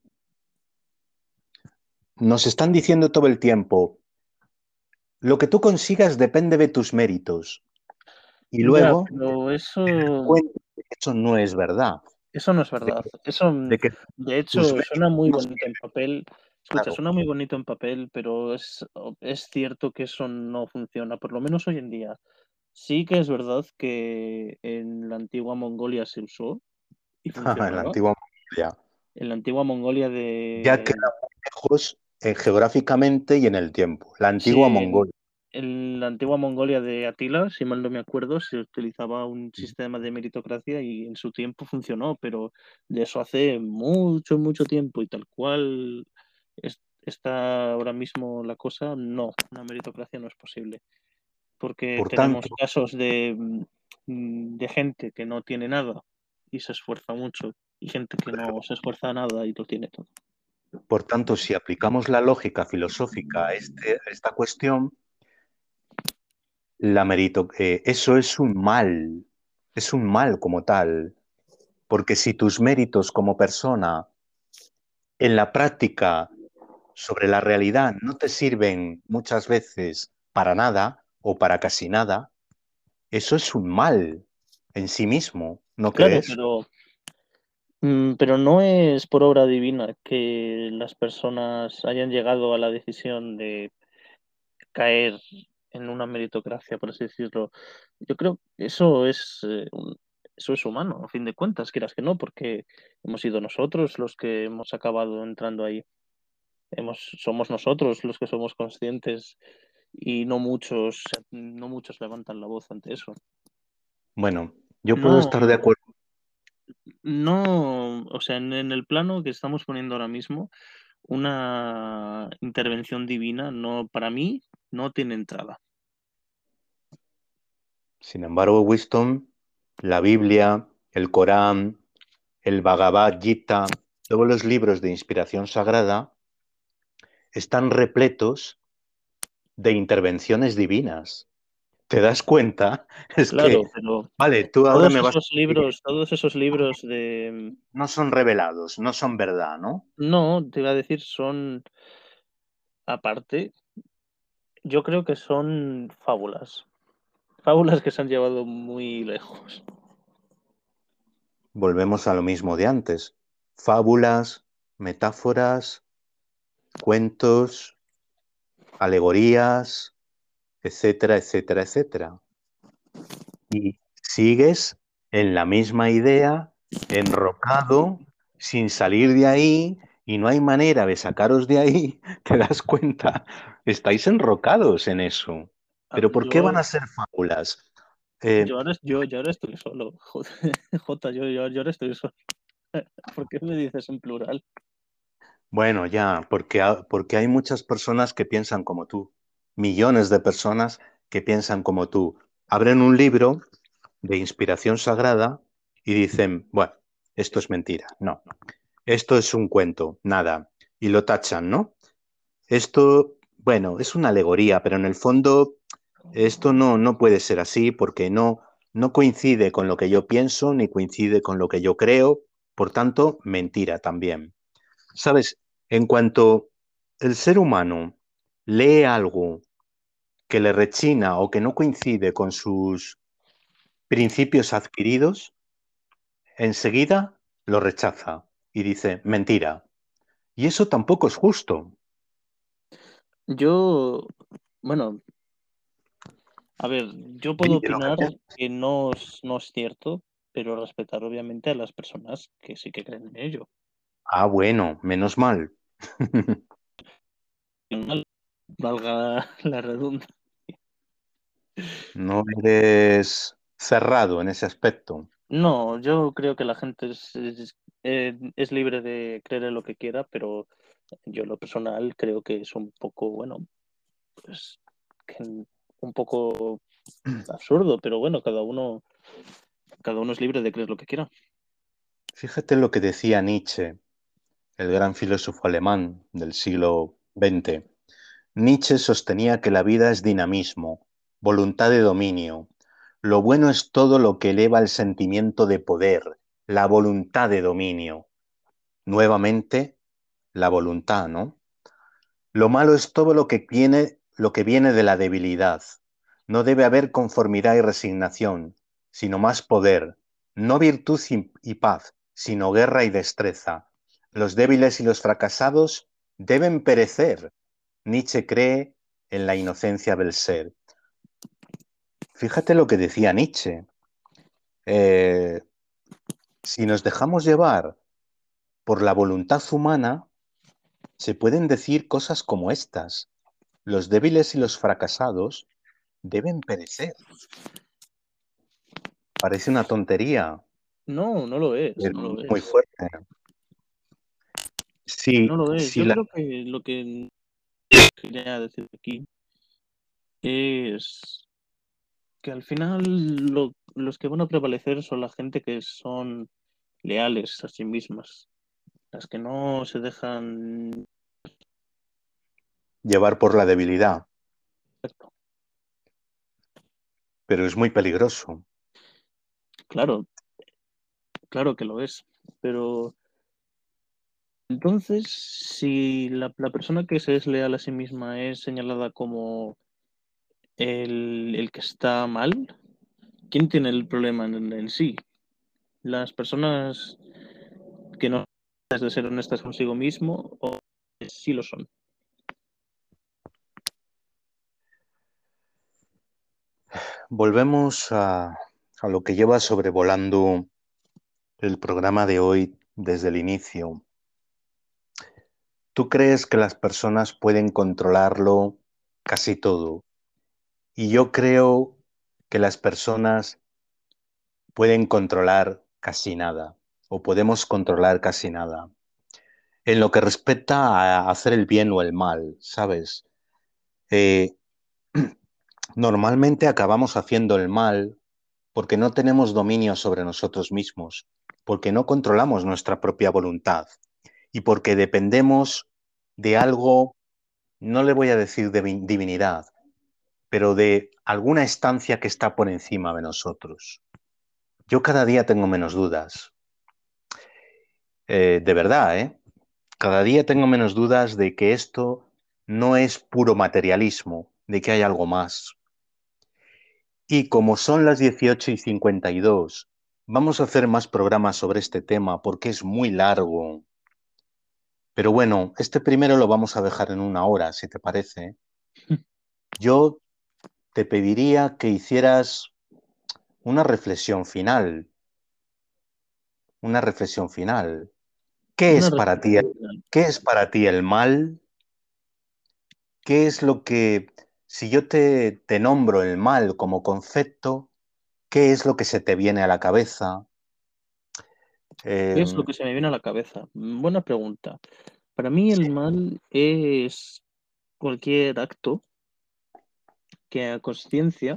Nos están diciendo todo el tiempo, lo que tú consigas depende de tus méritos. Y
Ya,
luego
pero
te das
eso,
cuenta de que eso no es verdad.
Eso no es
de
verdad.
que,
Eso,
de que
de
tus
hecho, suena
méritos
muy
no
bonito en
sirven.
papel. Escucha,
Claro.
suena muy bonito en papel, pero es cierto que eso no funciona, por lo menos hoy en día. Sí que es verdad que en la antigua Mongolia se usó y
En la
funcionaba.
antigua Mongolia.
En la antigua Mongolia
Ya queda
de...
muy lejos geográficamente y en el tiempo. La antigua
Sí,
Mongolia.
en la antigua Mongolia de Atila, si mal no me acuerdo, se utilizaba un sistema de meritocracia y en su tiempo funcionó, pero de eso hace mucho, mucho tiempo y tal cual está ahora mismo la cosa, no, una meritocracia no es posible, porque
Por
tenemos
tanto,
casos de gente que no tiene nada y se esfuerza mucho y gente que no se esfuerza nada y lo tiene todo.
por tanto, si aplicamos la lógica filosófica a esta cuestión, eso es un mal como tal, porque si tus méritos como persona en la práctica sobre la realidad no te sirven muchas veces para nada o para casi nada, eso es un mal en sí mismo, ¿no
Claro,
crees?
pero no es por obra divina que las personas hayan llegado a la decisión de caer en una meritocracia, por así decirlo. Yo creo que eso es humano, a fin de cuentas, quieras que no, porque hemos sido nosotros los que hemos acabado entrando ahí. Somos nosotros los que somos conscientes y no muchos levantan la voz ante eso.
Bueno, yo puedo
No,
estar de acuerdo.
no, o sea, en el plano que estamos poniendo ahora mismo, una intervención divina no, para mí, no tiene entrada.
Sin embargo, Winston, la Biblia, el Corán, el Bhagavad Gita, todos los libros de inspiración sagrada están repletos de intervenciones divinas. ¿Te das cuenta? Es
Claro,
que,
pero
vale, tú ahora me vas a decir,
todos esos libros de...
no son revelados, no son verdad, ¿no?
No, te iba a decir, son aparte, yo creo que son fábulas. Fábulas que se han llevado muy lejos.
Volvemos a lo mismo de antes. Fábulas, metáforas, cuentos, alegorías, etcétera, etcétera, etcétera. Y sigues en la misma idea, enrocado, sin salir de ahí, y no hay manera de sacaros de ahí, ¿te das cuenta? Estáis enrocados en eso.
Ah,
¿Pero por qué van a ser fábulas? Eh,
yo ahora estoy solo. Joder, Jota, yo ahora estoy solo. ¿Por qué me dices en plural?
bueno, ya, porque hay muchas personas que piensan como tú, millones de personas que piensan como tú. Abren un libro de inspiración sagrada y dicen, bueno, esto es mentira. No, esto es un cuento, nada. Y lo tachan, ¿no? Esto, bueno, es una alegoría, pero en el fondo esto no puede ser así porque no coincide con lo que yo pienso ni coincide con lo que yo creo. Por tanto, mentira también. ¿Sabes? En cuanto el ser humano lee algo que le rechina o que no coincide con sus principios adquiridos, enseguida lo rechaza y dice mentira. Y eso tampoco es justo.
Yo, bueno, a ver, yo puedo
Di lo que
opinar
piensas.
que no es cierto, pero respetar obviamente a las personas que sí que creen en ello.
Ah, bueno, menos mal.
Mal, valga la redundancia.
No eres cerrado en ese aspecto.
No, yo creo que la gente es libre de creer en lo que quiera, pero yo en lo personal creo que es un poco, bueno, pues que un poco absurdo, pero bueno, cada uno es libre de creer lo que quiera.
Fíjate lo que decía Nietzsche, el gran filósofo alemán del siglo XX. Nietzsche sostenía que la vida es dinamismo, voluntad de dominio. Lo bueno es todo lo que eleva el sentimiento de poder, la voluntad de dominio. Nuevamente, la voluntad, ¿no? Lo malo es todo lo que viene de la debilidad. No debe haber conformidad y resignación, sino más poder, no virtud y paz, sino guerra y destreza. Los débiles y los fracasados deben perecer. Nietzsche cree en la inocencia del ser. Fíjate lo que decía Nietzsche. Eh, si nos dejamos llevar por la voluntad humana, se pueden decir cosas como estas. Los débiles y los fracasados deben perecer. Parece una tontería,
No, no lo es,
pero
no lo
muy
es.
fuerte.
No
Si,
lo es.
si
Yo
la,
creo que lo que quería decir aquí es que al final los que van a prevalecer son la gente que son leales a sí mismas, las que no se dejan.
llevar por la debilidad, pero es muy peligroso.
Claro, claro que lo es, pero entonces si la persona que se es leal a sí misma es señalada como el que está mal, ¿quién tiene el problema en sí? ¿Las personas que no es de ser honestas consigo mismo o sí lo son?
Volvemos a lo que lleva sobrevolando el programa de hoy desde el inicio. ¿Tú crees que las personas pueden controlarlo casi todo? Y yo creo que las personas pueden controlar casi nada, o podemos controlar casi nada. En lo que respecta a hacer el bien o el mal, ¿sabes? Eh, Normalmente acabamos haciendo el mal porque no tenemos dominio sobre nosotros mismos, porque no controlamos nuestra propia voluntad y porque dependemos de algo, no le voy a decir de divinidad, pero de alguna estancia que está por encima de nosotros. Yo cada día tengo menos dudas, de verdad, ¿eh? Cada día tengo menos dudas de que esto no es puro materialismo, de que hay algo más. Y como son las 18:52, vamos a hacer más programas sobre este tema porque es muy largo. Pero bueno, este primero lo vamos a dejar en 1 hora, si te parece. Yo te pediría que hicieras una reflexión final. Una reflexión final. ¿Qué
Una
es para ti,
reflexión final.
qué es para ti el mal? ¿Qué es lo que, si yo te nombro el mal como concepto, qué es lo que se te viene a la cabeza?
¿Qué es
Eh,
lo que se me viene a la cabeza? Buena pregunta. Para mí el mal es cualquier acto que a conciencia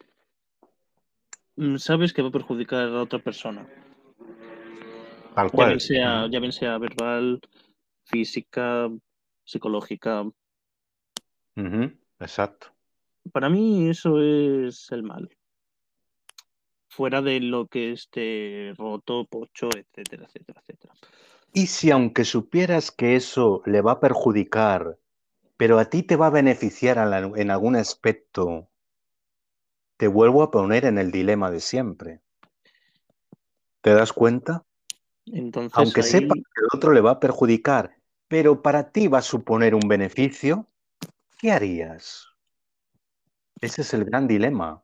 sabes que va a perjudicar a otra persona.
Tal cual. Ujú.
Ya bien sea verbal, física, psicológica.
Ujú, exacto.
Para mí eso es el mal. Fuera de lo que esté roto, pocho, etcétera, etcétera, etcétera.
Y si aunque supieras que eso le va a perjudicar, pero a ti te va a beneficiar en algún aspecto, te vuelvo a poner en el dilema de siempre. ¿Te das cuenta?
Entonces
Aunque sepas
ahí,
que el otro le va a perjudicar, pero para ti va a suponer un beneficio, ¿qué harías? Ese es el gran dilema.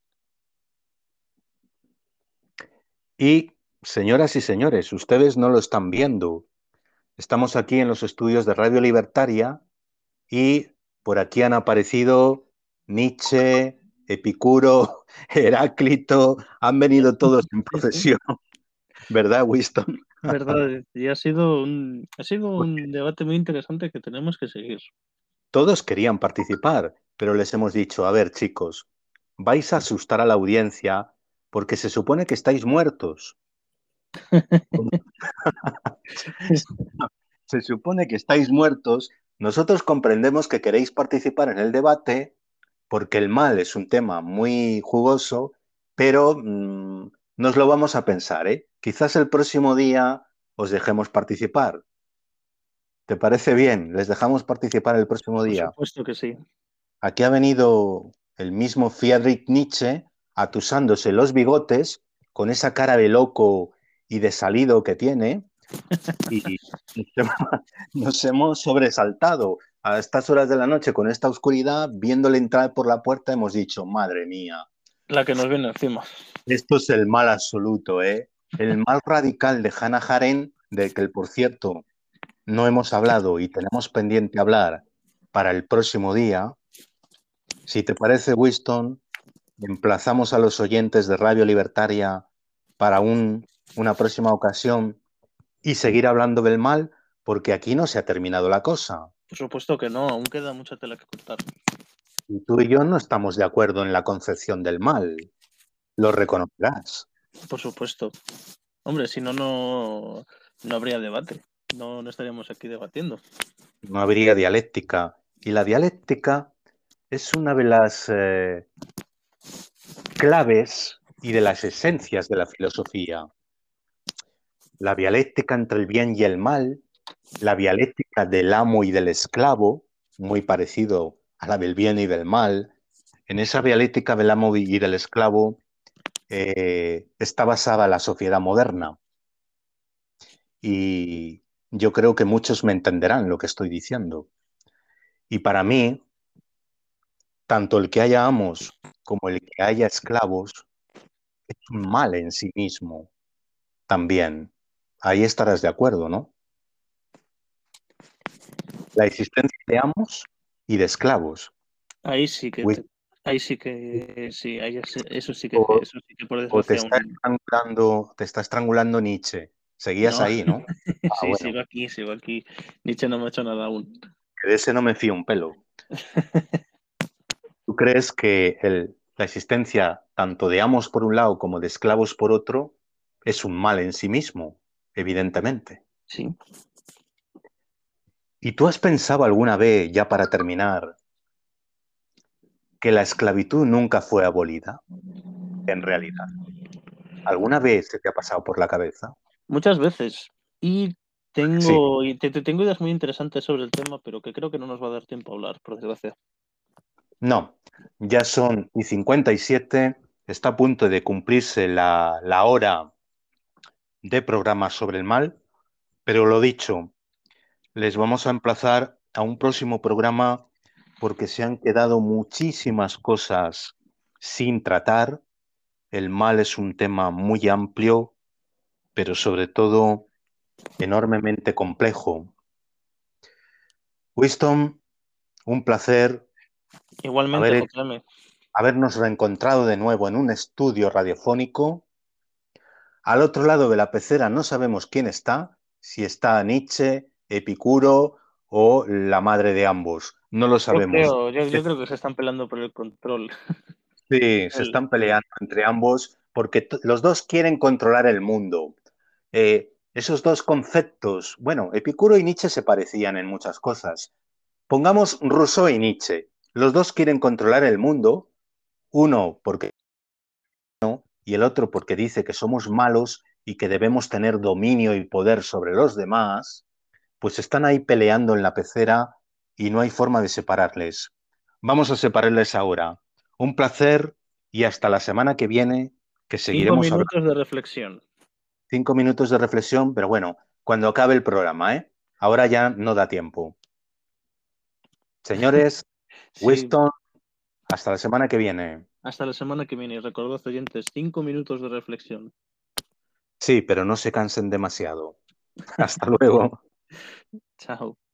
Y, señoras y señores, ustedes no lo están viendo. Estamos aquí en los estudios de Radio Libertaria y por aquí han aparecido Nietzsche, Epicuro, Heráclito, han venido todos en
sí, sí,
procesión, ¿verdad, Winston?
verdad, y ha sido un debate muy interesante que tenemos que seguir.
Todos querían participar, pero les hemos dicho, a ver, chicos, vais a asustar a la audiencia porque se supone que estáis muertos. Se supone que estáis muertos. Nosotros comprendemos que queréis participar en el debate porque el mal es un tema muy jugoso, pero nos lo vamos a pensar, ¿eh? Quizás el próximo día os dejemos participar. ¿Te parece bien? ¿Les dejamos participar el próximo
Por
día?
supuesto que sí.
Aquí ha venido el mismo Friedrich Nietzsche atusándose los bigotes con esa cara de loco y desalido que tiene y nos hemos sobresaltado. A estas horas de la noche, con esta oscuridad, viéndole entrar por la puerta, hemos dicho, madre mía,
La que nos viene encima.
esto es el mal absoluto, ¿eh? El mal radical de Hannah Arendt, del que, por cierto, no hemos hablado y tenemos pendiente hablar para el próximo día. Si te parece, Winston, emplazamos a los oyentes de Radio Libertaria para una próxima ocasión y seguir hablando del mal, porque aquí no se ha terminado la cosa.
Por supuesto que no, aún queda mucha tela que cortar.
Y tú y yo no estamos de acuerdo en la concepción del mal. Lo reconocerás.
Por supuesto. Hombre, si no, no habría debate. No estaríamos aquí debatiendo.
No habría dialéctica. Y la dialéctica es una de las claves y de las esencias de la filosofía. La dialéctica entre el bien y el mal, la dialéctica del amo y del esclavo, muy parecido a la del bien y del mal. En esa dialéctica del amo y del esclavo está basada la sociedad moderna. Y yo creo que muchos me entenderán lo que estoy diciendo. Y para mí, tanto el que haya amos como el que haya esclavos es un mal en sí mismo también. Ahí estarás de acuerdo, ¿no? La existencia de amos y de esclavos.
Ahí sí que
Uy,
sí,
O,
eso sí que por
o
desgracia aún.
te está estrangulando Nietzsche. Seguías
No,
ahí, ¿no? Ah,
sí,
bueno,
sigo aquí. Nietzsche no me ha hecho nada aún.
que de ese no me fío un pelo. ¿Tú crees que la existencia tanto de amos por un lado como de esclavos por otro es un mal en sí mismo? Evidentemente.
Sí.
¿Y tú has pensado alguna vez, ya para terminar, que la esclavitud nunca fue abolida, en realidad? ¿Alguna vez se te ha pasado por la cabeza?
Muchas veces. Y
Sí.
tengo ideas muy interesantes sobre el tema, pero que creo que no nos va a dar tiempo a hablar, por desgracia.
No, ya son y 57, está a punto de cumplirse la hora de programa sobre el mal, pero lo dicho, les vamos a emplazar a un próximo programa porque se han quedado muchísimas cosas sin tratar. El mal es un tema muy amplio, pero sobre todo enormemente complejo. Winston, un placer
Igualmente,
haber,
JM.
habernos reencontrado de nuevo en un estudio radiofónico. Al otro lado de la pecera no sabemos quién está, si está Nietzsche, Epicuro o la madre de ambos. No lo sabemos.
Yo creo que se están peleando por el control.
Sí, se
El-
están peleando entre ambos porque los dos quieren controlar el mundo. Esos dos conceptos, bueno, Epicuro y Nietzsche se parecían en muchas cosas. Pongamos Rousseau y Nietzsche. Los dos quieren controlar el mundo, uno porque no, y el otro porque dice que somos malos y que debemos tener dominio y poder sobre los demás, pues están ahí peleando en la pecera y no hay forma de separarles. Vamos a separarles ahora. Un placer y hasta la semana que viene, que
Cinco
seguiremos hablando.
minutos de reflexión.
5 minutos de reflexión, pero bueno, cuando acabe el programa, ¿eh? Ahora ya no da tiempo. Señores,
Sí,
Winston, hasta la semana que viene.
hasta la semana que viene. Y recordad, oyentes, 5 minutos de reflexión.
Sí, pero no se cansen demasiado. Hasta luego.
Chao.